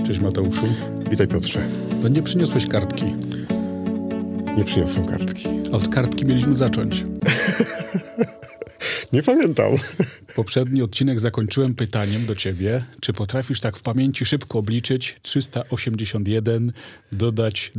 Cześć Mateuszu. Witaj Piotrze. No nie przyniosłeś kartki. Nie przyniosłem kartki. A od kartki mieliśmy zacząć. Nie pamiętam. Poprzedni odcinek zakończyłem pytaniem do ciebie, czy potrafisz tak w pamięci szybko obliczyć 381 dodać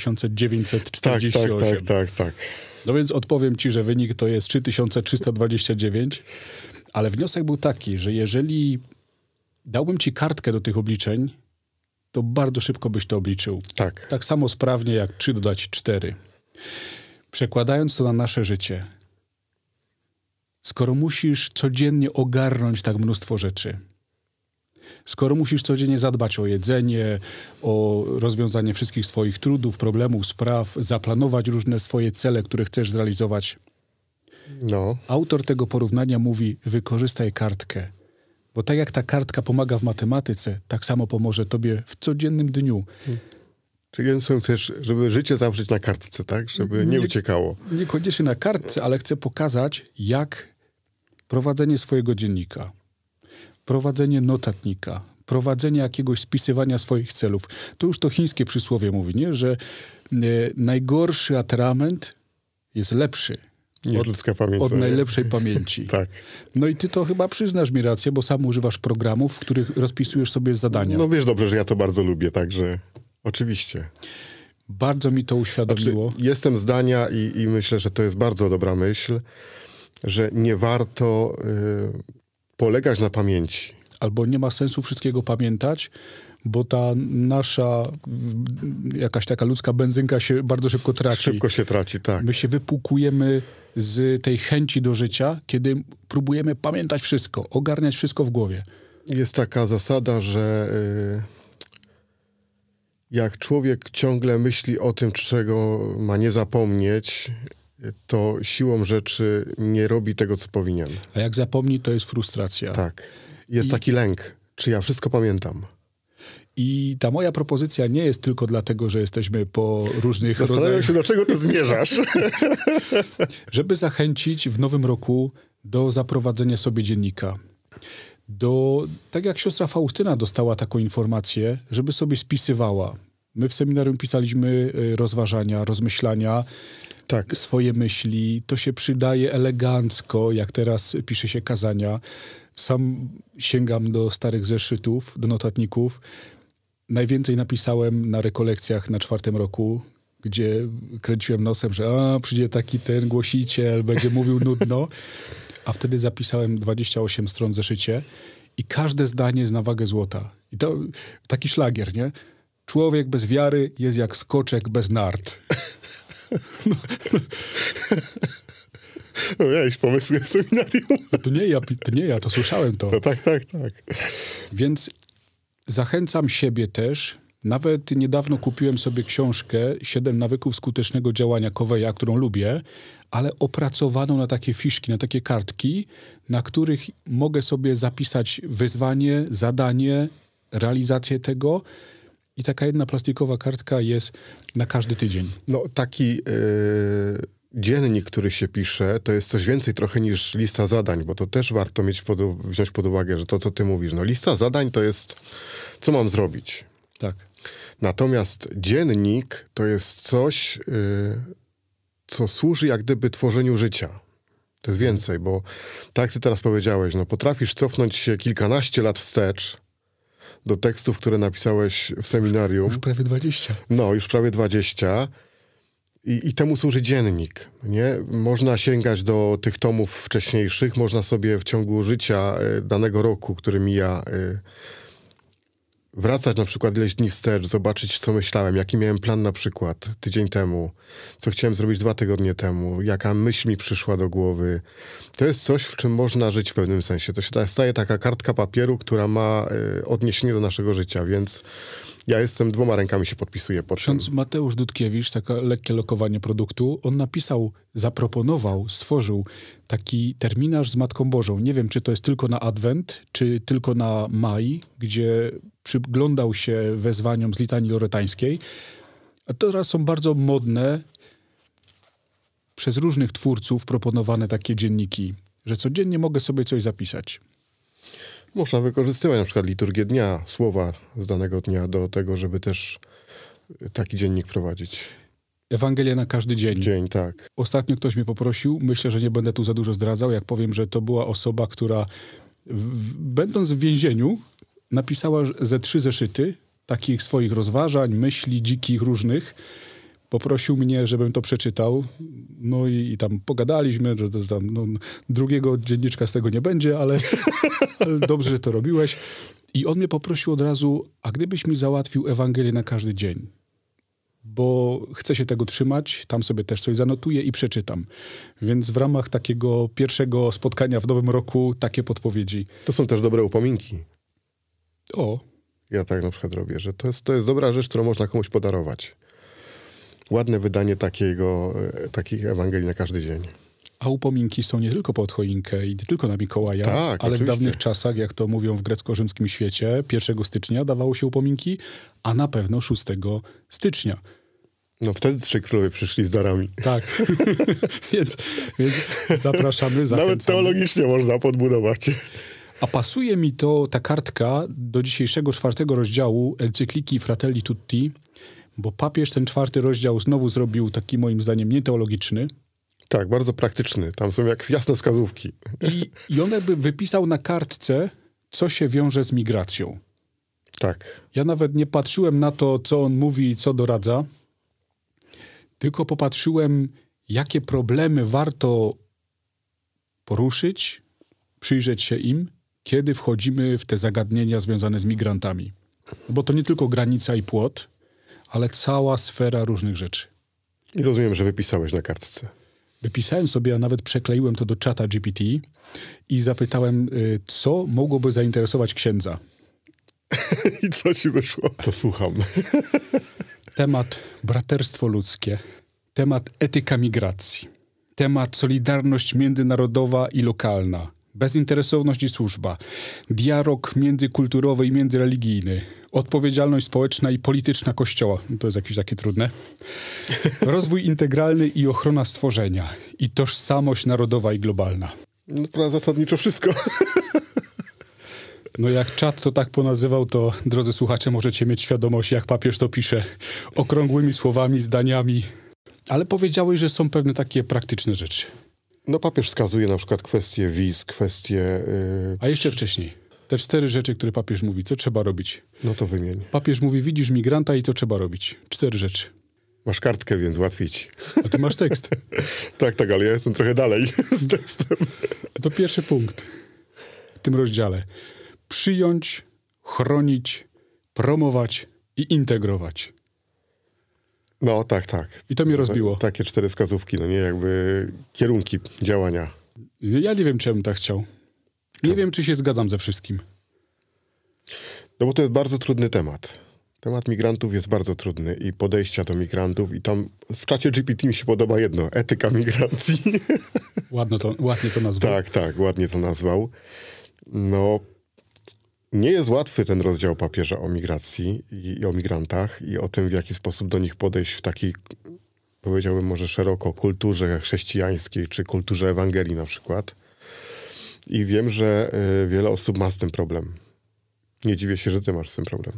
2948. Tak. No więc odpowiem ci, że wynik to jest 3329, ale wniosek był taki, że jeżeli dałbym ci kartkę do tych obliczeń, to bardzo szybko byś to obliczył. Tak. Tak samo sprawnie jak 3 dodać 4. Przekładając to na nasze życie, skoro musisz codziennie ogarnąć tak mnóstwo rzeczy, skoro musisz codziennie zadbać o jedzenie, o rozwiązanie wszystkich swoich trudów, problemów, spraw, zaplanować różne swoje cele, które chcesz zrealizować, autor tego porównania mówi, wykorzystaj kartkę. Bo tak jak ta kartka pomaga w matematyce, tak samo pomoże tobie w codziennym dniu. Czyli ja chcesz, żeby życie zawrzeć na kartce, tak? Żeby nie uciekało. Niekoniecznie na kartce, ale chcę pokazać, jak prowadzenie swojego dziennika, prowadzenie notatnika, prowadzenie jakiegoś spisywania swoich celów. To już to chińskie przysłowie mówi, nie? Że najgorszy atrament jest lepszy od najlepszej pamięci. Tak. No i ty to chyba przyznasz mi rację, bo sam używasz programów, w których rozpisujesz sobie zadania. No wiesz dobrze, że ja to bardzo lubię, także oczywiście. Bardzo mi to uświadomiło. Znaczy, jestem zdania i myślę, że to jest bardzo dobra myśl, że nie warto polegać na pamięci. Albo nie ma sensu wszystkiego pamiętać, bo ta nasza jakaś taka ludzka benzynka się bardzo szybko traci. Szybko się traci, tak. My się wypłukujemy z tej chęci do życia, kiedy próbujemy pamiętać wszystko, ogarniać wszystko w głowie. Jest taka zasada, że jak człowiek ciągle myśli o tym, czego ma nie zapomnieć, to siłą rzeczy nie robi tego, co powinien. A jak zapomni, to jest frustracja. Tak. Jest taki lęk. Czy ja wszystko pamiętam? I ta moja propozycja nie jest tylko dlatego, że jesteśmy po różnych Zastanawiam się, do czego ty zmierzasz. Żeby zachęcić w nowym roku do zaprowadzenia sobie dziennika. Tak jak siostra Faustyna dostała taką informację, żeby sobie spisywała. My w seminarium pisaliśmy rozważania, rozmyślania, tak. Swoje myśli. To się przydaje elegancko, jak teraz pisze się kazania. Sam sięgam do starych zeszytów, do notatników. Najwięcej napisałem na rekolekcjach na 4. roku, gdzie kręciłem nosem, że przyjdzie taki ten głosiciel, będzie mówił nudno. A wtedy zapisałem 28 stron w zeszycie i każde zdanie jest na wagę złota. I to taki szlagier, nie? Człowiek bez wiary jest jak skoczek bez nart. No miałeś pomysły w seminarium. No to nie ja, to słyszałem to. No tak. Więc zachęcam siebie też. Nawet niedawno kupiłem sobie książkę 7 nawyków skutecznego działania Coveya, którą lubię, ale opracowaną na takie fiszki, na takie kartki, na których mogę sobie zapisać wyzwanie, zadanie, realizację tego. I taka jedna plastikowa kartka jest na każdy tydzień. No taki dziennik, który się pisze, to jest coś więcej trochę niż lista zadań, bo to też warto wziąć pod uwagę, że to, co ty mówisz, no lista zadań to jest, co mam zrobić. Tak. Natomiast dziennik to jest coś, co służy jak gdyby tworzeniu życia. To jest więcej, bo tak jak ty teraz powiedziałeś, no potrafisz cofnąć się kilkanaście lat wstecz do tekstów, które napisałeś w seminarium. Już prawie 20. No, już prawie 20. I temu służy dziennik, nie? Można sięgać do tych tomów wcześniejszych, można sobie w ciągu życia danego roku, który mija, wracać na przykład ileś dni wstecz, zobaczyć, co myślałem, jaki miałem plan na przykład tydzień temu, co chciałem zrobić 2 tygodnie temu, jaka myśl mi przyszła do głowy. To jest coś, w czym można żyć w pewnym sensie. To się staje taka kartka papieru, która ma odniesienie do naszego życia, więc ja jestem 2 rękami się podpisuję pod Ksiądz tym. Mateusz Dudkiewicz, takie lekkie lokowanie produktu, on napisał, zaproponował, stworzył taki terminarz z Matką Bożą. Nie wiem, czy to jest tylko na Adwent, czy tylko na maj, gdzie przyglądał się wezwaniom z litanii loretańskiej. A teraz są bardzo modne przez różnych twórców proponowane takie dzienniki, że codziennie mogę sobie coś zapisać. Można wykorzystywać na przykład liturgię dnia, słowa z danego dnia do tego, żeby też taki dziennik prowadzić. Ewangelia na każdy dzień. Dzień, tak. Ostatnio ktoś mnie poprosił, myślę, że nie będę tu za dużo zdradzał, jak powiem, że to była osoba, która będąc w więzieniu napisała ze 3 zeszyty takich swoich rozważań, myśli dzikich, różnych. Poprosił mnie, żebym to przeczytał. No i tam pogadaliśmy, że to tam drugiego dzienniczka z tego nie będzie, ale dobrze, że to robiłeś. I on mnie poprosił od razu, a gdybyś mi załatwił Ewangelię na każdy dzień? Bo chcę się tego trzymać, tam sobie też coś zanotuję i przeczytam. Więc w ramach takiego pierwszego spotkania w nowym roku takie podpowiedzi. To są też dobre upominki. O. Ja tak na przykład robię, że to jest dobra rzecz, którą można komuś podarować. Ładne wydanie takich Ewangelii na każdy dzień. A upominki są nie tylko pod choinkę i nie tylko na Mikołaja, Tak, ale oczywiście. w dawnych czasach, jak to mówią w grecko-rzymskim świecie, 1 stycznia dawało się upominki, a na pewno 6 stycznia. No wtedy 3 królowie przyszli z darami. Tak, więc zapraszamy, zachęcamy. Nawet teologicznie można podbudować. A pasuje mi ta kartka do dzisiejszego 4 rozdziału encykliki Fratelli Tutti, bo papież ten 4 rozdział znowu zrobił taki moim zdaniem nieteologiczny. Tak, bardzo praktyczny. Tam są jak jasne wskazówki. I on jakby wypisał na kartce, co się wiąże z migracją. Tak. Ja nawet nie patrzyłem na to, co on mówi i co doradza, tylko popatrzyłem, jakie problemy warto poruszyć, przyjrzeć się im, kiedy wchodzimy w te zagadnienia związane z migrantami. Bo to nie tylko granica i płot, ale cała sfera różnych rzeczy. I rozumiem, że wypisałeś na kartce. Wypisałem sobie, a nawet przekleiłem to do czata GPT i zapytałem, co mogłoby zainteresować księdza. I co ci wyszło? To słucham. Temat braterstwo ludzkie, temat etyka migracji, temat solidarność międzynarodowa i lokalna, bezinteresowność i służba, dialog międzykulturowy i międzyreligijny, odpowiedzialność społeczna i polityczna Kościoła, to jest jakieś takie trudne, rozwój integralny i ochrona stworzenia i tożsamość narodowa i globalna. No to zasadniczo wszystko. No jak czat to tak ponazywał, to drodzy słuchacze, możecie mieć świadomość, jak papież to pisze okrągłymi słowami, zdaniami. Ale powiedziałeś, że są pewne takie praktyczne rzeczy. No papież wskazuje na przykład kwestie wiz, kwestie... A jeszcze wcześniej. Te 4 rzeczy, które papież mówi, co trzeba robić. No to wymień. Papież mówi, widzisz migranta i co trzeba robić. 4 rzeczy. Masz kartkę, więc łatwiej ci. A ty masz tekst. Tak, ale ja jestem trochę dalej z tekstem. To pierwszy punkt w tym rozdziale. Przyjąć, chronić, promować i integrować. No, tak. I to mnie rozbiło. Takie 4 wskazówki, no nie, jakby kierunki działania. Ja nie wiem, czy ja bym tak chciał. Nie wiem, czy się zgadzam ze wszystkim. No bo to jest bardzo trudny temat. Temat migrantów jest bardzo trudny i podejścia do migrantów. I tam w czacie GPT mi się podoba jedno. Etyka migracji. Ładnie to nazwał. Tak, ładnie to nazwał. No, nie jest łatwy ten rozdział papieża o migracji i o migrantach i o tym, w jaki sposób do nich podejść w takiej, powiedziałbym może szeroko, kulturze chrześcijańskiej czy kulturze Ewangelii na przykład. I wiem, że wiele osób ma z tym problem. Nie dziwię się, że ty masz z tym problem.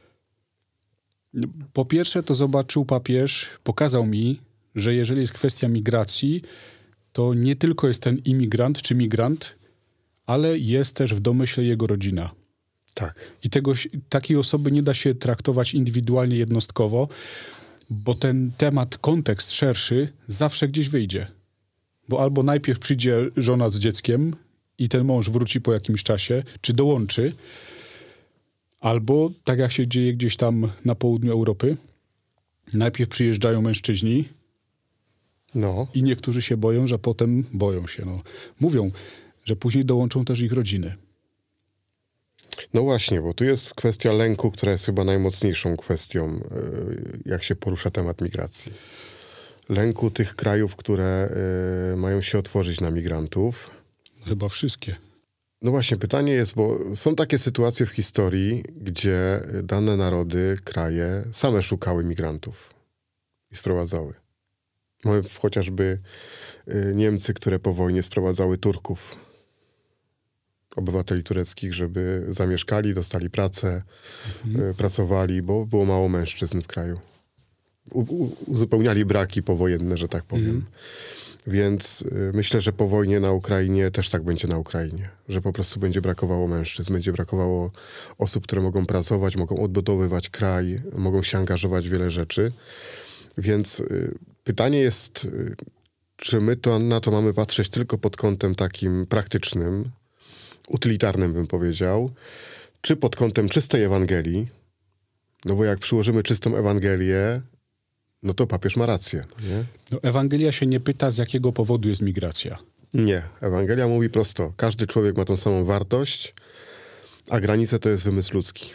Po pierwsze, to zobaczył papież, pokazał mi, że jeżeli jest kwestia migracji, to nie tylko jest ten imigrant czy migrant, ale jest też w domyśle jego rodzina. Tak. I takiej osoby nie da się traktować indywidualnie, jednostkowo, bo ten temat, kontekst szerszy zawsze gdzieś wyjdzie. Bo albo najpierw przyjdzie żona z dzieckiem i ten mąż wróci po jakimś czasie, czy dołączy, albo, tak jak się dzieje gdzieś tam na południu Europy, najpierw przyjeżdżają mężczyźni i niektórzy się boją, że potem boją się. No. Mówią, że później dołączą też ich rodziny. No właśnie, bo tu jest kwestia lęku, która jest chyba najmocniejszą kwestią, jak się porusza temat migracji. Lęku tych krajów, które mają się otworzyć na migrantów. Chyba wszystkie. No właśnie, pytanie jest, bo są takie sytuacje w historii, gdzie dane narody, kraje same szukały migrantów i sprowadzały. Mamy chociażby Niemcy, które po wojnie sprowadzały Turków. obywateli tureckich, żeby zamieszkali, dostali pracę, pracowali, bo było mało mężczyzn w kraju. Uzupełniali braki powojenne, że tak powiem. Więc myślę, że po wojnie na Ukrainie też tak będzie na Ukrainie. Że po prostu będzie brakowało mężczyzn, będzie brakowało osób, które mogą pracować, mogą odbudowywać kraj, mogą się angażować w wiele rzeczy. Więc pytanie jest, czy my na to mamy patrzeć tylko pod kątem takim praktycznym, utylitarnym bym powiedział, czy pod kątem czystej Ewangelii, no bo jak przyłożymy czystą Ewangelię, no to papież ma rację. Nie? No, Ewangelia się nie pyta, z jakiego powodu jest migracja. Nie. Ewangelia mówi prosto. Każdy człowiek ma tą samą wartość, a granice to jest wymysł ludzki.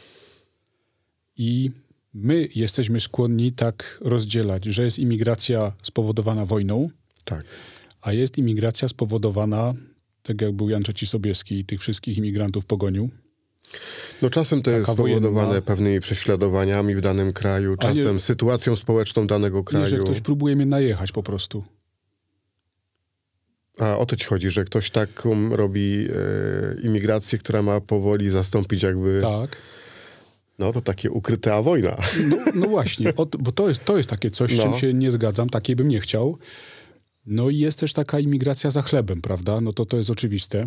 I my jesteśmy skłonni tak rozdzielać, że jest imigracja spowodowana wojną, Tak. a jest imigracja spowodowana, tak jak był Jan III Sobieski i tych wszystkich imigrantów pogonił. No czasem to jest spowodowane wojenna, pewnymi prześladowaniami w danym kraju, czasem sytuacją społeczną danego kraju. Nie, że ktoś próbuje mnie najechać po prostu. A o to ci chodzi, że ktoś taką robi imigrację, która ma powoli zastąpić jakby... Tak. No to takie ukryta wojna. No właśnie, bo to jest takie coś, z czym się nie zgadzam, takiej bym nie chciał. No i jest też taka imigracja za chlebem, prawda? No to jest oczywiste.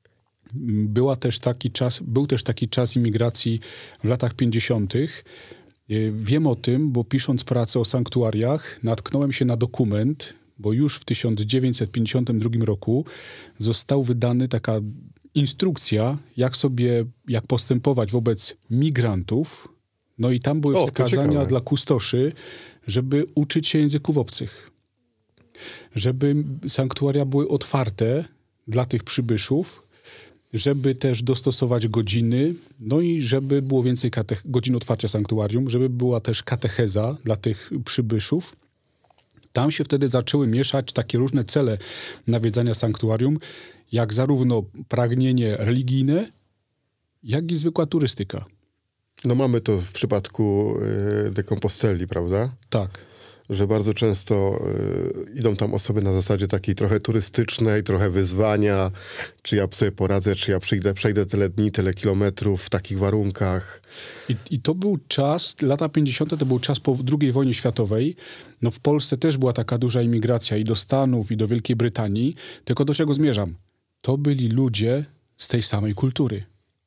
Był też taki czas imigracji w latach 50. Wiem o tym, bo pisząc pracę o sanktuariach, natknąłem się na dokument, bo już w 1952 roku został wydany taka instrukcja, jak postępować wobec migrantów. No i tam były wskazania dla kustoszy, żeby uczyć się języków obcych. Żeby sanktuaria były otwarte dla tych przybyszów, żeby też dostosować godziny, no i żeby było więcej godzin otwarcia sanktuarium, żeby była też katecheza dla tych przybyszów. Tam się wtedy zaczęły mieszać takie różne cele nawiedzania sanktuarium, jak zarówno pragnienie religijne, jak i zwykła turystyka. No mamy to w przypadku de Composteli, prawda? Tak. Że bardzo często idą tam osoby na zasadzie takiej trochę turystycznej, trochę wyzwania, czy ja sobie poradzę, czy ja przejdę tyle dni, tyle kilometrów w takich warunkach. I to był czas, lata 50. to był czas po II wojnie światowej. No w Polsce też była taka duża imigracja i do Stanów, i do Wielkiej Brytanii. Tylko do czego zmierzam? To byli ludzie z tej samej kultury.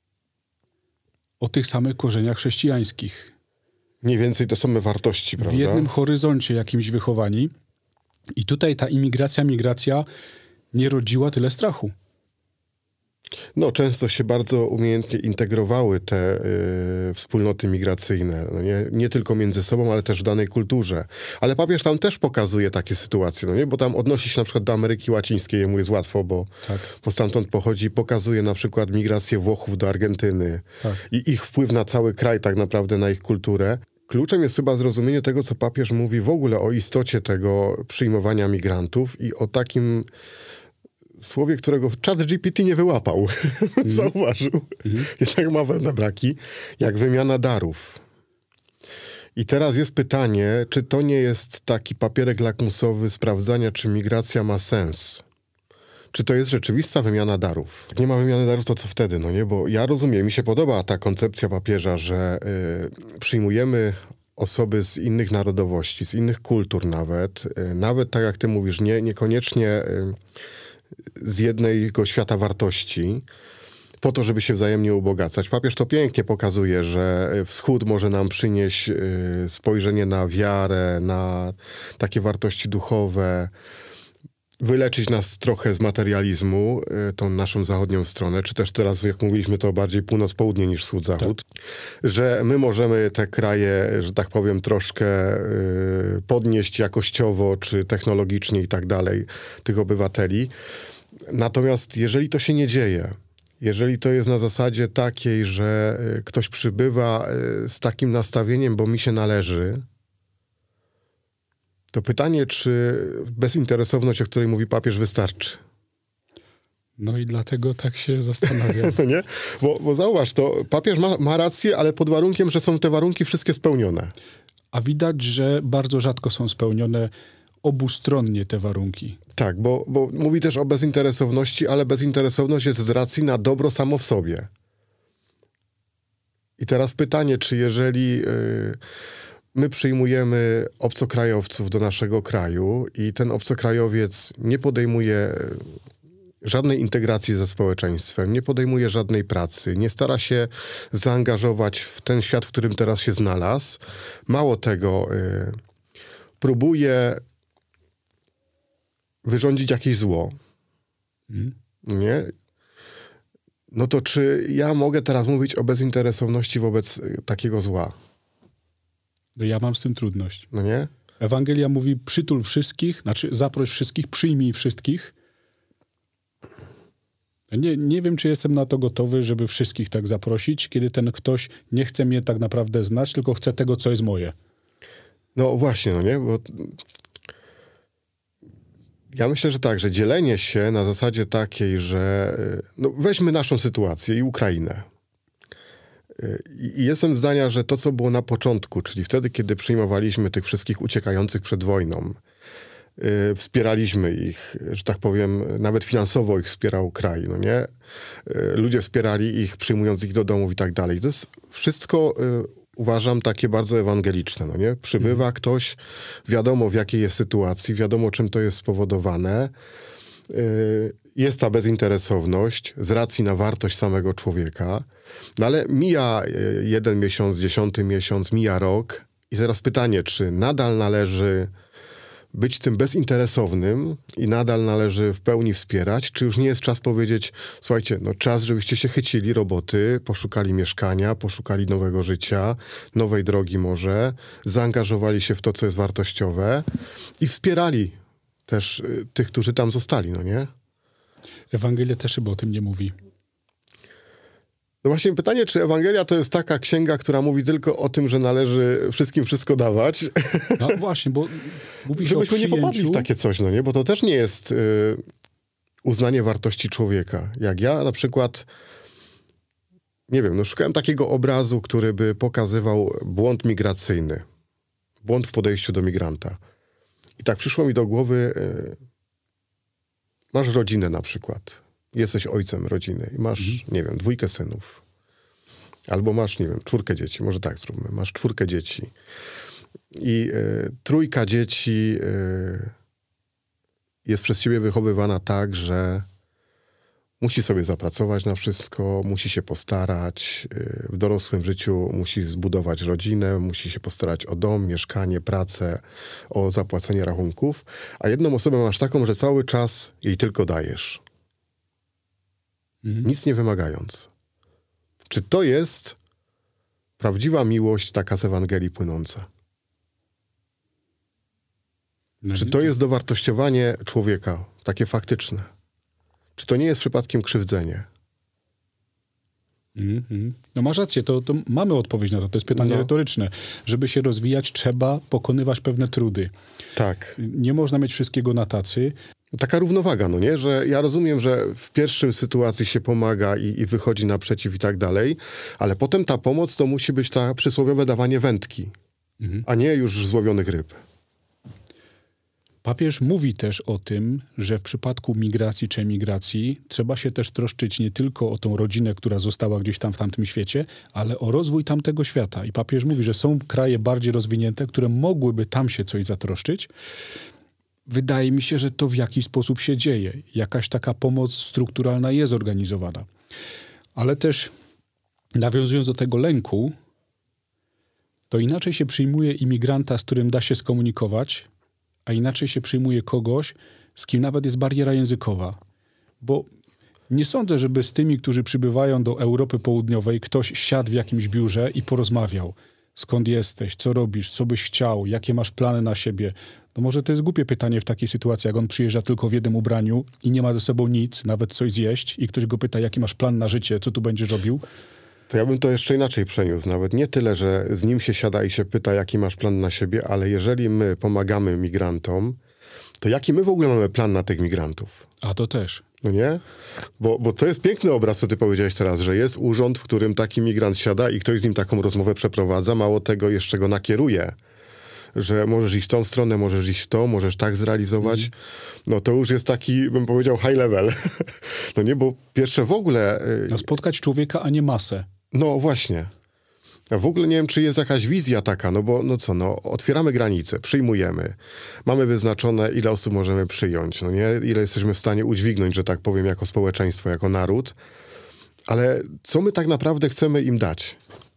O tych samych korzeniach chrześcijańskich. Mniej więcej te same wartości, prawda? W jednym horyzoncie jakimś wychowani. I tutaj ta migracja nie rodziła tyle strachu. No, często się bardzo umiejętnie integrowały te wspólnoty migracyjne. No nie tylko między sobą, ale też w danej kulturze. Ale papież tam też pokazuje takie sytuacje, no nie? Bo tam odnosi się na przykład do Ameryki Łacińskiej, jemu jest łatwo, bo stamtąd pochodzi i pokazuje na przykład migrację Włochów do Argentyny i ich wpływ na cały kraj tak naprawdę, na ich kulturę. Kluczem jest chyba zrozumienie tego, co papież mówi w ogóle o istocie tego przyjmowania migrantów i o takim słowie, którego ChatGPT nie wyłapał, zauważył. Jednak ma pewne braki, jak wymiana darów. I teraz jest pytanie, czy to nie jest taki papierek lakmusowy sprawdzania, czy migracja ma sens? Czy to jest rzeczywista wymiana darów? Jak nie ma wymiany darów, to co wtedy? No nie, bo ja rozumiem, mi się podoba ta koncepcja papieża, że przyjmujemy osoby z innych narodowości, z innych kultur nawet tak jak ty mówisz, niekoniecznie z jednego świata wartości, po to, żeby się wzajemnie ubogacać. Papież to pięknie pokazuje, że Wschód może nam przynieść spojrzenie na wiarę, na takie wartości duchowe, wyleczyć nas trochę z materializmu, tą naszą zachodnią stronę, czy też teraz, jak mówiliśmy, to bardziej północ-południe niż wschód-zachód, że my możemy te kraje, że tak powiem, troszkę podnieść jakościowo, czy technologicznie i tak dalej, tych obywateli. Natomiast jeżeli to się nie dzieje, jeżeli to jest na zasadzie takiej, że ktoś przybywa z takim nastawieniem, bo mi się należy, to pytanie, czy bezinteresowność, o której mówi papież, wystarczy? No i dlatego tak się zastanawiam. No nie? Bo zauważ, to papież ma rację, ale pod warunkiem, że są te warunki wszystkie spełnione. A widać, że bardzo rzadko są spełnione. obustronnie te warunki. Tak, bo mówi też o bezinteresowności, ale bezinteresowność jest z racji na dobro samo w sobie. I teraz pytanie, czy jeżeli my przyjmujemy obcokrajowców do naszego kraju i ten obcokrajowiec nie podejmuje żadnej integracji ze społeczeństwem, nie podejmuje żadnej pracy, nie stara się zaangażować w ten świat, w którym teraz się znalazł, mało tego, próbuje wyrządzić jakieś zło, nie? No to czy ja mogę teraz mówić o bezinteresowności wobec takiego zła? No ja mam z tym trudność. No nie? Ewangelia mówi przytul wszystkich, znaczy zaproś wszystkich, przyjmij wszystkich. Nie wiem, czy jestem na to gotowy, żeby wszystkich tak zaprosić, kiedy ten ktoś nie chce mnie tak naprawdę znać, tylko chce tego, co jest moje. No właśnie, no nie? Bo ja myślę, że tak, że dzielenie się na zasadzie takiej, że no weźmy naszą sytuację i Ukrainę. I jestem zdania, że to, co było na początku, czyli wtedy, kiedy przyjmowaliśmy tych wszystkich uciekających przed wojną, wspieraliśmy ich, że tak powiem, nawet finansowo ich wspierał kraj, no nie? Ludzie wspierali ich, przyjmując ich do domów i tak dalej. To jest wszystko, uważam, takie bardzo ewangeliczne, no nie? Przybywa ktoś, wiadomo w jakiej jest sytuacji, wiadomo czym to jest spowodowane. Jest ta bezinteresowność z racji na wartość samego człowieka, no ale mija 1 miesiąc, 10 miesiąc, mija rok i teraz pytanie, czy nadal należy być tym bezinteresownym i nadal należy w pełni wspierać, czy już nie jest czas powiedzieć, słuchajcie, no czas, żebyście się chycili roboty, poszukali mieszkania, poszukali nowego życia, nowej drogi może, zaangażowali się w to, co jest wartościowe i wspierali też tych, którzy tam zostali, no nie? Ewangelia też chyba o tym nie mówi. No właśnie pytanie, czy Ewangelia to jest taka księga, która mówi tylko o tym, że należy wszystkim wszystko dawać? No właśnie, bo mówi się o Żebyśmy przyjęciu. nie popadli w takie coś, no nie? Bo to też nie jest uznanie wartości człowieka. Jak ja na przykład, nie wiem, no szukałem takiego obrazu, który by pokazywał błąd migracyjny. Błąd w podejściu do migranta. I tak przyszło mi do głowy, masz rodzinę na przykład. Jesteś ojcem rodziny i masz, nie wiem, 2 synów. Albo masz, nie wiem, 4 dzieci. Może tak zróbmy. Masz 4 dzieci. I 3 dzieci jest przez ciebie wychowywana tak, że musi sobie zapracować na wszystko, musi się postarać. W dorosłym życiu musi zbudować rodzinę, musi się postarać o dom, mieszkanie, pracę, o zapłacenie rachunków. A jedną osobę masz taką, że cały czas jej tylko dajesz. Nic nie wymagając. Czy to jest prawdziwa miłość taka z Ewangelii płynąca? No Czy to jest dowartościowanie człowieka, takie faktyczne? Czy to nie jest przypadkiem krzywdzenie? No masz rację, to mamy odpowiedź na to. To jest pytanie retoryczne. Żeby się rozwijać, trzeba pokonywać pewne trudy. Tak. Nie można mieć wszystkiego na tacy. Taka równowaga, no nie? Że ja rozumiem, że w pierwszym sytuacji się pomaga i wychodzi naprzeciw i tak dalej, ale potem ta pomoc to musi być ta przysłowiowe dawanie wędki, a nie już złowionych ryb. Papież mówi też o tym, że w przypadku migracji czy emigracji trzeba się też troszczyć nie tylko o tą rodzinę, która została gdzieś tam w tamtym świecie, ale o rozwój tamtego świata. I papież mówi, że są kraje bardziej rozwinięte, które mogłyby tam się coś zatroszczyć. Wydaje mi się, że to w jakiś sposób się dzieje. Jakaś taka pomoc strukturalna jest organizowana. Ale też nawiązując do tego lęku, to inaczej się przyjmuje imigranta, z którym da się skomunikować, a inaczej się przyjmuje kogoś, z kim nawet jest bariera językowa. Bo nie sądzę, żeby z tymi, którzy przybywają do Europy Południowej, ktoś siadł w jakimś biurze i porozmawiał. Skąd jesteś? Co robisz? Co byś chciał? Jakie masz plany na siebie? No może to jest głupie pytanie w takiej sytuacji, jak on przyjeżdża tylko w jednym ubraniu i nie ma ze sobą nic, nawet coś zjeść i ktoś go pyta, jaki masz plan na życie, co tu będziesz robił? To ja bym to jeszcze inaczej przeniósł. Nawet nie tyle, że z nim się siada i się pyta, jaki masz plan na siebie, ale jeżeli my pomagamy migrantom, to jaki my w ogóle mamy plan na tych migrantów? A to też. No nie? Bo to jest piękny obraz, co ty powiedziałeś teraz, że jest urząd, w którym taki migrant siada i ktoś z nim taką rozmowę przeprowadza, mało tego jeszcze go nakieruje że możesz iść w tą stronę, możesz iść w tą, możesz tak zrealizować, no to już jest taki, bym powiedział, high level. No nie, bo pierwsze w ogóle... No spotkać człowieka, a nie masę. No właśnie. Ja w ogóle nie wiem, czy jest jakaś wizja taka, no bo no co, no otwieramy granice, przyjmujemy, mamy wyznaczone, ile osób możemy przyjąć, no nie, ile jesteśmy w stanie udźwignąć, że tak powiem, jako społeczeństwo, jako naród, ale co my tak naprawdę chcemy im dać?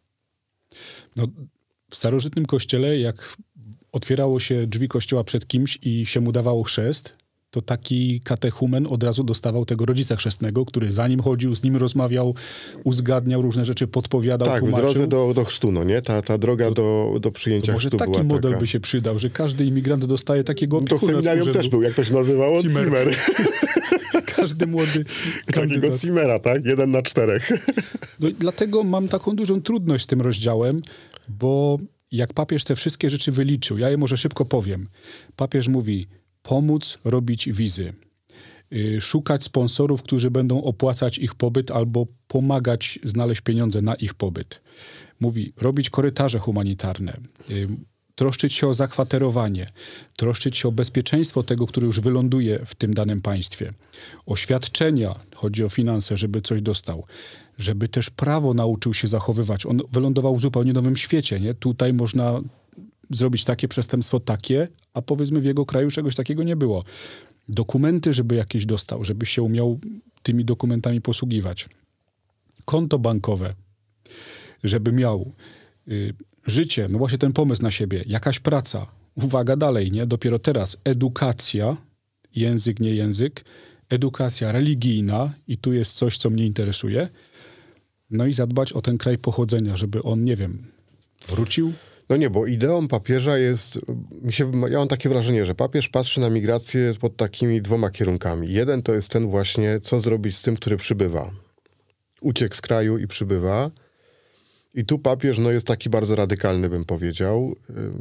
No, w starożytnym kościele, jak otwierało się drzwi kościoła przed kimś i się mu dawało chrzest, to taki katechumen od razu dostawał tego rodzica chrzestnego, który za nim chodził, z nim rozmawiał, uzgadniał różne rzeczy, podpowiadał, tak, tłumaczył. W drodze do chrztu, no nie? Ta droga do przyjęcia może chrztu była taki model taka. by się przydał, że każdy imigrant dostaje takiego To w opiekuna seminarium też był, jak to się nazywało? Zimmer. Każdy młody Takiego kandydat. Zimmera, tak? 1 na 4. No i dlatego mam taką dużą trudność z tym rozdziałem, bo jak papież te wszystkie rzeczy wyliczył, ja je może szybko powiem. Papież mówi, pomóc robić wizy, szukać sponsorów, którzy będą opłacać ich pobyt albo pomagać znaleźć pieniądze na ich pobyt. Mówi, robić korytarze humanitarne, troszczyć się o zakwaterowanie, troszczyć się o bezpieczeństwo tego, który już wyląduje w tym danym państwie. Oświadczenia, chodzi o finanse, żeby coś dostał. Żeby też prawo nauczył się zachowywać. On wylądował w zupełnie nowym świecie, nie? Tutaj można zrobić takie przestępstwo, takie, a powiedzmy w jego kraju czegoś takiego nie było. Dokumenty, żeby jakieś dostał, żeby się umiał tymi dokumentami posługiwać. Konto bankowe, żeby miał życie, no właśnie ten pomysł na siebie, jakaś praca. Uwaga dalej, nie? Dopiero teraz edukacja, język, nie język, edukacja religijna i tu jest coś, co mnie interesuje. No i zadbać o ten kraj pochodzenia, żeby on, nie wiem, wrócił. No nie, bo ideą papieża jest, ja mam takie wrażenie, że papież patrzy na migrację pod takimi 2 kierunkami. Jeden to jest ten właśnie, co zrobić z tym, który przybywa. Uciekł z kraju i przybywa. I tu papież no, jest taki bardzo radykalny, bym powiedział.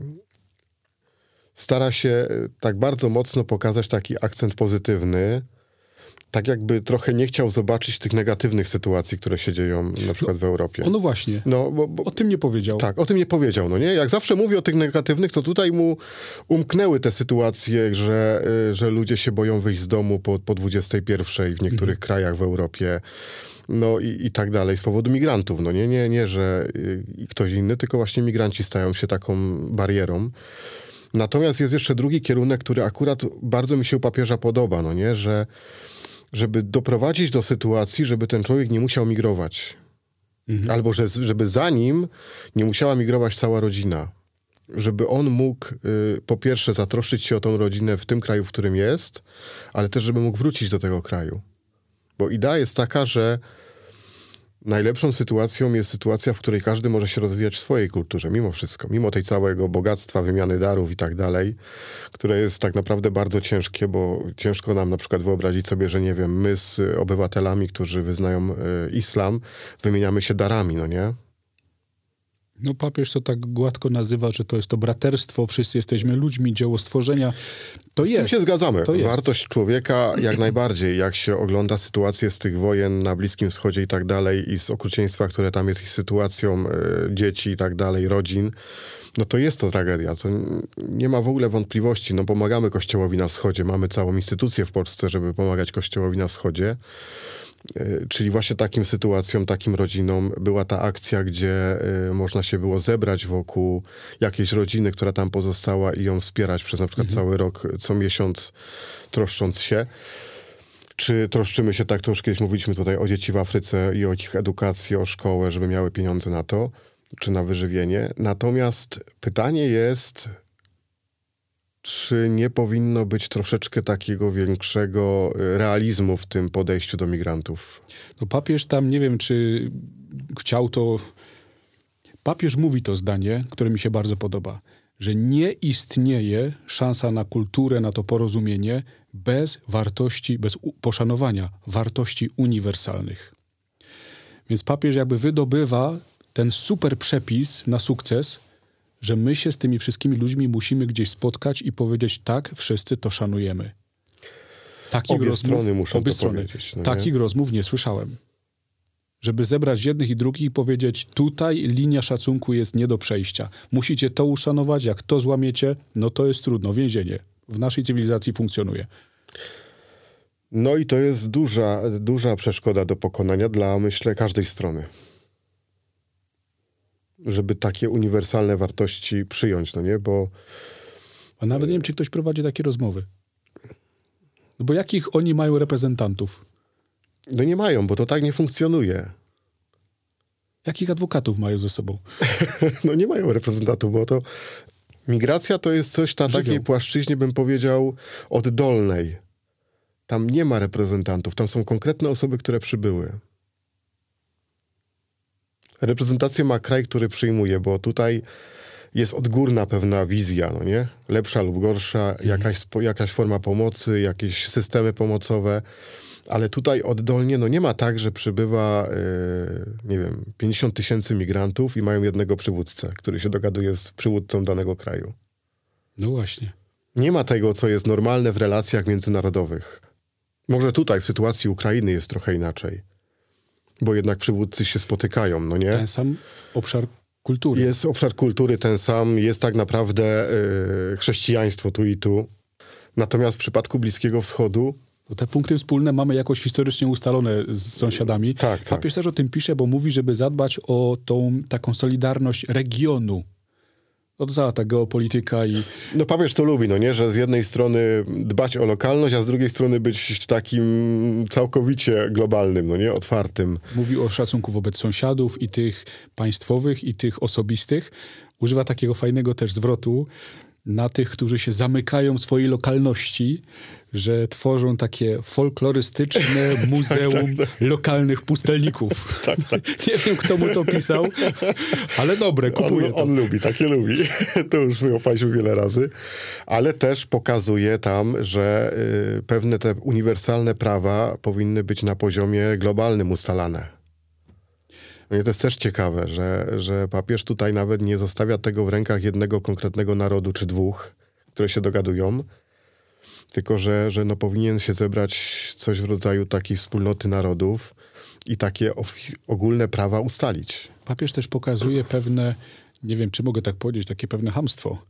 Stara się tak bardzo mocno pokazać taki akcent pozytywny, tak jakby trochę nie chciał zobaczyć tych negatywnych sytuacji, które się dzieją na przykład w Europie. No właśnie, No, o tym nie powiedział. Tak, o tym nie powiedział, no nie? Jak zawsze mówi o tych negatywnych, to tutaj mu umknęły te sytuacje, że ludzie się boją wyjść z domu po 21 w niektórych krajach w Europie, no i tak dalej, z powodu migrantów, no nie, że ktoś inny, tylko właśnie migranci stają się taką barierą. Natomiast jest jeszcze drugi kierunek, który akurat bardzo mi się u papieża podoba, no nie? Żeby doprowadzić do sytuacji, żeby ten człowiek nie musiał migrować. Albo żeby za nim nie musiała migrować cała rodzina. Żeby on mógł po pierwsze zatroszczyć się o tą rodzinę w tym kraju, w którym jest, ale też żeby mógł wrócić do tego kraju. Bo idea jest taka, że najlepszą sytuacją jest sytuacja, w której każdy może się rozwijać w swojej kulturze, mimo wszystko. Mimo tej całego bogactwa, wymiany darów i tak dalej, które jest tak naprawdę bardzo ciężkie, bo ciężko nam na przykład wyobrazić sobie, że nie wiem, my z obywatelami, którzy wyznają islam, wymieniamy się darami, no nie? No papież to tak gładko nazywa, że to jest to braterstwo, wszyscy jesteśmy ludźmi, dzieło stworzenia. To z tym się zgadzamy. To jest. Wartość człowieka jak najbardziej. Jak się ogląda sytuację z tych wojen na Bliskim Wschodzie i tak dalej i z okrucieństwa, które tam jest ich sytuacją dzieci i tak dalej, rodzin, no to jest to tragedia. To nie ma w ogóle wątpliwości. No pomagamy Kościołowi na Wschodzie. Mamy całą instytucję w Polsce, żeby pomagać Kościołowi na Wschodzie. Czyli właśnie takim sytuacjom, takim rodzinom była ta akcja, gdzie można się było zebrać wokół jakiejś rodziny, która tam pozostała i ją wspierać przez na przykład cały rok, co miesiąc troszcząc się. Czy troszczymy się, tak to już kiedyś mówiliśmy tutaj o dzieci w Afryce i o ich edukację, o szkołę, żeby miały pieniądze na to, czy na wyżywienie. Natomiast pytanie jest, czy nie powinno być troszeczkę takiego większego realizmu w tym podejściu do migrantów? No papież tam, nie wiem, czy chciał to... Papież mówi to zdanie, które mi się bardzo podoba, że nie istnieje szansa na kulturę, na to porozumienie bez wartości, bez poszanowania wartości uniwersalnych. Więc papież jakby wydobywa ten super przepis na sukces, że my się z tymi wszystkimi ludźmi musimy gdzieś spotkać i powiedzieć tak, wszyscy to szanujemy. Obie strony muszą to powiedzieć. No takich rozmów nie słyszałem. żeby zebrać jednych i drugich i powiedzieć, tutaj linia szacunku jest nie do przejścia. Musicie to uszanować, jak to złamiecie, no to jest trudno, więzienie. W naszej cywilizacji funkcjonuje. No i to jest duża przeszkoda do pokonania dla, myślę, każdej strony. Żeby takie uniwersalne wartości przyjąć, no nie? Bo... A nawet nie wiem, czy ktoś prowadzi takie rozmowy. No bo jakich oni mają reprezentantów? No nie mają, bo to tak nie funkcjonuje. Jakich adwokatów mają ze sobą? No nie mają reprezentantów, bo to... Migracja to jest coś na Żywioł. takiej płaszczyźnie, bym powiedział, oddolnej. Tam nie ma reprezentantów, tam są konkretne osoby, które przybyły. Reprezentację ma kraj, który przyjmuje, bo tutaj jest odgórna pewna wizja, no nie? Lepsza lub gorsza, jakaś forma pomocy, jakieś systemy pomocowe, ale tutaj oddolnie, no nie ma tak, że przybywa, 50 000 migrantów i mają jednego przywódcę, który się dogaduje z przywódcą danego kraju. No właśnie. Nie ma tego, co jest normalne w relacjach międzynarodowych. Może tutaj w sytuacji Ukrainy jest trochę inaczej, bo jednak przywódcy się spotykają, no nie? Ten sam obszar kultury. Jest obszar kultury ten sam, jest tak naprawdę chrześcijaństwo tu i tu. Natomiast w przypadku Bliskiego Wschodu... To te punkty wspólne mamy jakoś historycznie ustalone z sąsiadami. Tak. Papież też o tym pisze, bo mówi, żeby zadbać o tą taką solidarność regionu. To cała ta geopolityka i... No papież to lubi, no nie? Że z jednej strony dbać o lokalność, a z drugiej strony być takim całkowicie globalnym, no nie? Otwartym. Mówi o szacunku wobec sąsiadów i tych państwowych, i tych osobistych. Używa takiego fajnego też zwrotu na tych, którzy się zamykają w swojej lokalności, że tworzą takie folklorystyczne muzeum lokalnych pustelników. Nie wiem, kto mu to pisał, ale dobre, kupuję to. On lubi, takie lubi. To już wyłapaliśmy wiele razy. Ale też pokazuje tam, że pewne te uniwersalne prawa powinny być na poziomie globalnym ustalane. No i to jest też ciekawe, że papież tutaj nawet nie zostawia tego w rękach jednego konkretnego narodu czy dwóch, które się dogadują, tylko że no powinien się zebrać coś w rodzaju takiej wspólnoty narodów i takie ogólne prawa ustalić. Papież też pokazuje pewne, nie wiem, czy mogę tak powiedzieć, takie pewne chamstwo,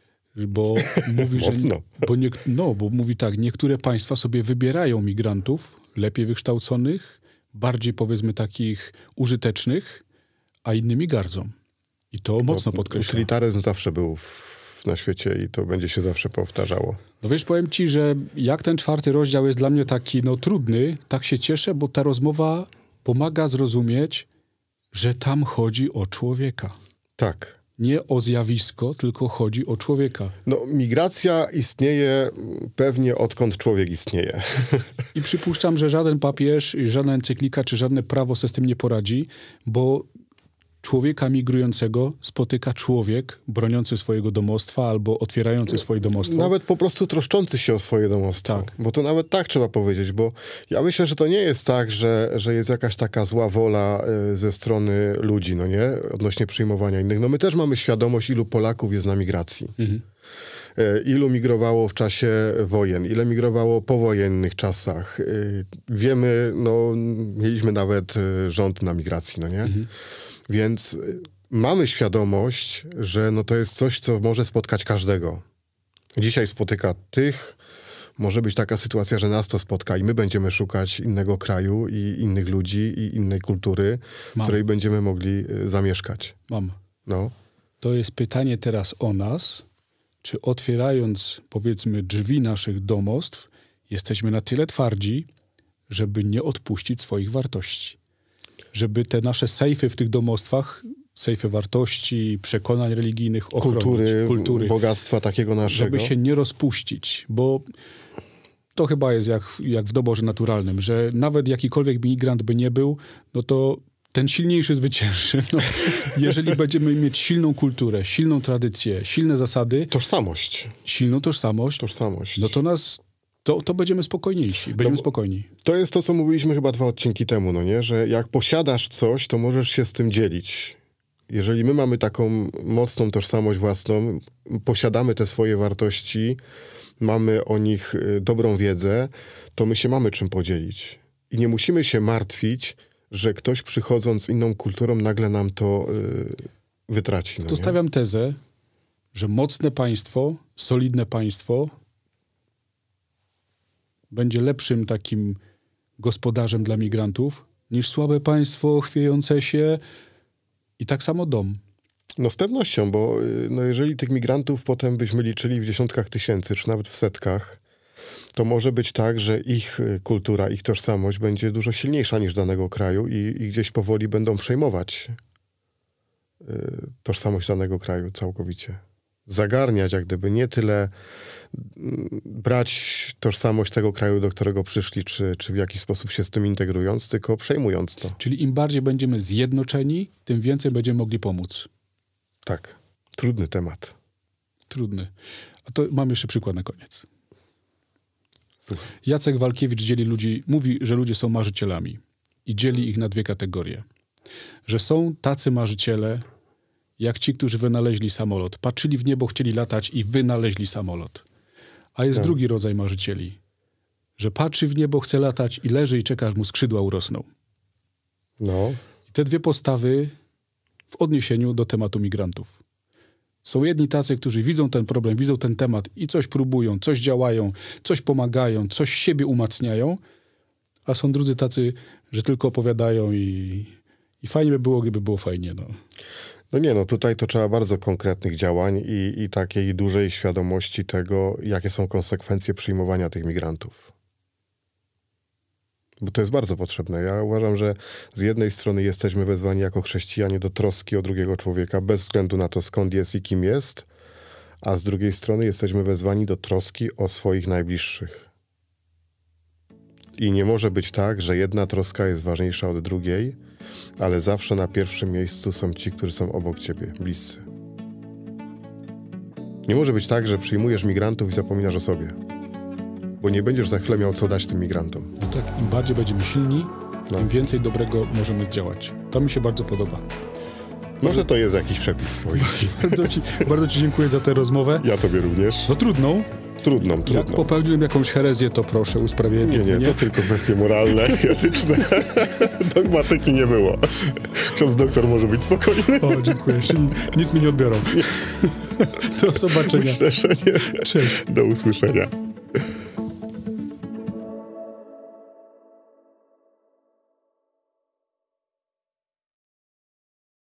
bo mówi, że... bo mówi tak, niektóre państwa sobie wybierają migrantów lepiej wykształconych, bardziej powiedzmy takich użytecznych, a innymi gardzą. I to mocno podkreśla. Utilitaryzm zawsze był na świecie i to będzie się zawsze powtarzało. No wiesz, powiem ci, że jak ten 4 rozdział jest dla mnie taki trudny, tak się cieszę, bo ta rozmowa pomaga zrozumieć, że tam chodzi o człowieka. Tak. Nie o zjawisko, tylko chodzi o człowieka. No, migracja istnieje pewnie odkąd człowiek istnieje. I przypuszczam, że żaden papież, żadna encyklika, czy żadne prawo sobie z tym nie poradzi, bo człowieka migrującego spotyka człowiek broniący swojego domostwa albo otwierający swoje domostwo. Nawet po prostu troszczący się o swoje domostwo. Tak. Bo to nawet tak trzeba powiedzieć, bo ja myślę, że to nie jest tak, że jest jakaś taka zła wola ze strony ludzi, no nie? Odnośnie przyjmowania innych. No my też mamy świadomość, ilu Polaków jest na migracji. Ilu migrowało w czasie wojen, ile migrowało po wojennych czasach. Wiemy, mieliśmy nawet rząd na migracji, no nie? Więc mamy świadomość, że to jest coś, co może spotkać każdego. Dzisiaj spotyka tych, może być taka sytuacja, że nas to spotka i my będziemy szukać innego kraju i innych ludzi i innej kultury, w której będziemy mogli zamieszkać. No. To jest pytanie teraz o nas, czy otwierając, powiedzmy, drzwi naszych domostw, jesteśmy na tyle twardzi, żeby nie odpuścić swoich wartości. Żeby te nasze sejfy w tych domostwach, sejfy wartości, przekonań religijnych, kultury, bogactwa takiego naszego. Żeby się nie rozpuścić, bo to chyba jest jak w doborze naturalnym, że nawet jakikolwiek migrant by nie był, to ten silniejszy zwycięży. Jeżeli będziemy mieć silną kulturę, silną tradycję, silne zasady... Silną tożsamość. No to będziemy spokojniejsi. Spokojni. To jest to, co mówiliśmy chyba 2 odcinki temu, no nie? Że jak posiadasz coś, to możesz się z tym dzielić. Jeżeli my mamy taką mocną tożsamość własną, posiadamy te swoje wartości, mamy o nich dobrą wiedzę, to my się mamy czym podzielić. I nie musimy się martwić, że ktoś przychodząc z inną kulturą nagle nam to wytraci. No to stawiam tezę, że mocne państwo, solidne państwo będzie lepszym takim gospodarzem dla migrantów niż słabe państwo chwiejące się i tak samo dom. No z pewnością, bo no jeżeli tych migrantów potem byśmy liczyli w dziesiątkach tysięcy, czy nawet w setkach, to może być tak, że ich kultura, ich tożsamość będzie dużo silniejsza niż danego kraju i gdzieś powoli będą przejmować tożsamość danego kraju całkowicie. Zagarniać jak gdyby, nie tyle brać tożsamość tego kraju, do którego przyszli, czy w jakiś sposób się z tym integrując, tylko przejmując to. Czyli im bardziej będziemy zjednoczeni, tym więcej będziemy mogli pomóc. Tak. Trudny temat. Trudny. A to mam jeszcze przykład na koniec. Słuchaj. Jacek Walkiewicz mówi, że ludzie są marzycielami i dzieli ich na dwie kategorie. Że są tacy marzyciele, jak ci, którzy wynaleźli samolot. Patrzyli w niebo, chcieli latać i wynaleźli samolot. A jest drugi rodzaj marzycieli. Że patrzy w niebo, chce latać i leży i czeka, aż mu skrzydła urosną. No. I te dwie postawy w odniesieniu do tematu migrantów. Są jedni tacy, którzy widzą ten problem, widzą ten temat i coś próbują, coś działają, coś pomagają, coś siebie umacniają, a są drudzy tacy, że tylko opowiadają i fajnie by było, gdyby było fajnie. No nie, no tutaj to trzeba bardzo konkretnych działań i takiej dużej świadomości tego, jakie są konsekwencje przyjmowania tych migrantów. Bo to jest bardzo potrzebne. Ja uważam, że z jednej strony jesteśmy wezwani jako chrześcijanie do troski o drugiego człowieka, bez względu na to, skąd jest i kim jest, a z drugiej strony jesteśmy wezwani do troski o swoich najbliższych. I nie może być tak, że jedna troska jest ważniejsza od drugiej, ale zawsze na pierwszym miejscu są ci, którzy są obok ciebie, bliscy. Nie może być tak, że przyjmujesz migrantów i zapominasz o sobie. Bo nie będziesz za chwilę miał co dać tym migrantom. No tak, im bardziej będziemy silni, tym więcej dobrego możemy zdziałać. To mi się bardzo podoba. Może to jest jakiś przepis swój. Bardzo ci dziękuję za tę rozmowę. Ja tobie również. No trudną. Trudną. Jak popełniłem jakąś herezję, to proszę usprawiedliwić. Nie, to tylko kwestie moralne i etyczne. Dogmatyki nie było. Ksiądz doktor może być spokojny. O, dziękuję. Czyli nic mi nie odbiorą. Do zobaczenia. Myślę, że nie. Cześć. Do usłyszenia.